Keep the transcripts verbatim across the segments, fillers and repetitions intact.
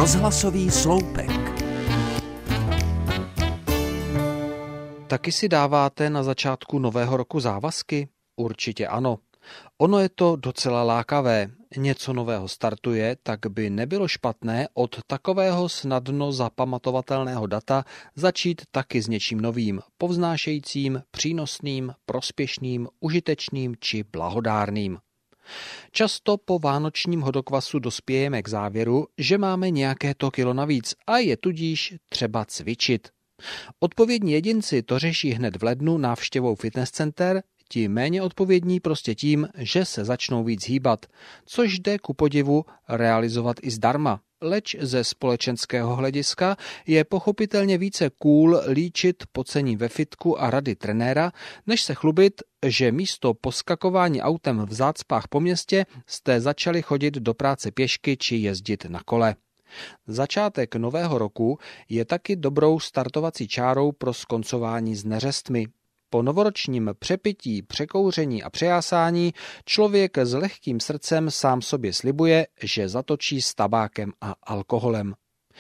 Rozhlasový sloupek. Taky si dáváte na začátku nového roku závazky? Určitě ano. Ono je to docela lákavé. Něco nového startuje, tak by nebylo špatné od takového snadno zapamatovatelného data začít taky s něčím novým, povznášejícím, přínosným, prospěšným, užitečným či blahodárným. Často po vánočním hodokvasu dospějeme k závěru, že máme nějaké to kilo navíc a je tudíž třeba cvičit. Odpovědní jedinci to řeší hned v lednu návštěvou fitness center, ti méně odpovědní prostě tím, že se začnou víc hýbat, což jde ku podivu realizovat i zdarma. Leč ze společenského hlediska je pochopitelně více cool líčit pocení ve fitku a rady trenéra, než se chlubit, že místo poskakování autem v zácpách po městě jste začali chodit do práce pěšky či jezdit na kole. Začátek nového roku je taky dobrou startovací čárou pro skoncování s neřestmi. Po novoročním přepití, překouření a přejásání člověk s lehkým srdcem sám sobě slibuje, že zatočí s tabákem a alkoholem.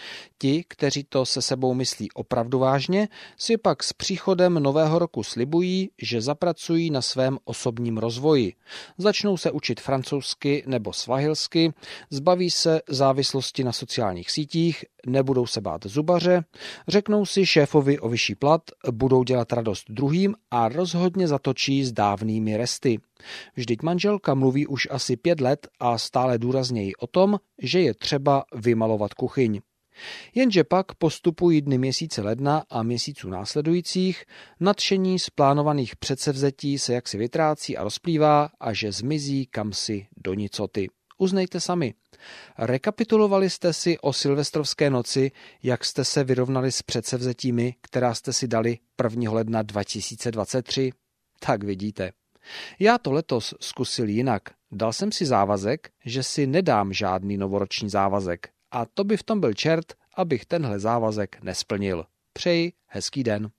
Ti, kteří to se sebou myslí opravdu vážně, si pak s příchodem nového roku slibují, že zapracují na svém osobním rozvoji. Začnou se učit francouzsky nebo svahilsky, zbaví se závislosti na sociálních sítích, nebudou se bát zubaře, řeknou si šéfovi o vyšší plat, budou dělat radost druhým a rozhodně zatočí s dávnými resty. Vždyť manželka mluví už asi pět let a stále důrazněji o tom, že je třeba vymalovat kuchyň. Jenže pak postupují dny měsíce ledna a měsíců následujících, nadšení z plánovaných předsevzetí se jaksi vytrácí a rozplývá a že zmizí kamsi do nicoty. Uznejte sami. Rekapitulovali jste si o silvestrovské noci, jak jste se vyrovnali s předsevzetími, která jste si dali prvního ledna dva tisíce dvacet tři? Tak vidíte. Já to letos zkusil jinak. Dal jsem si závazek, že si nedám žádný novoroční závazek. A to by v tom byl čert, abych tenhle závazek nesplnil. Přeji hezký den.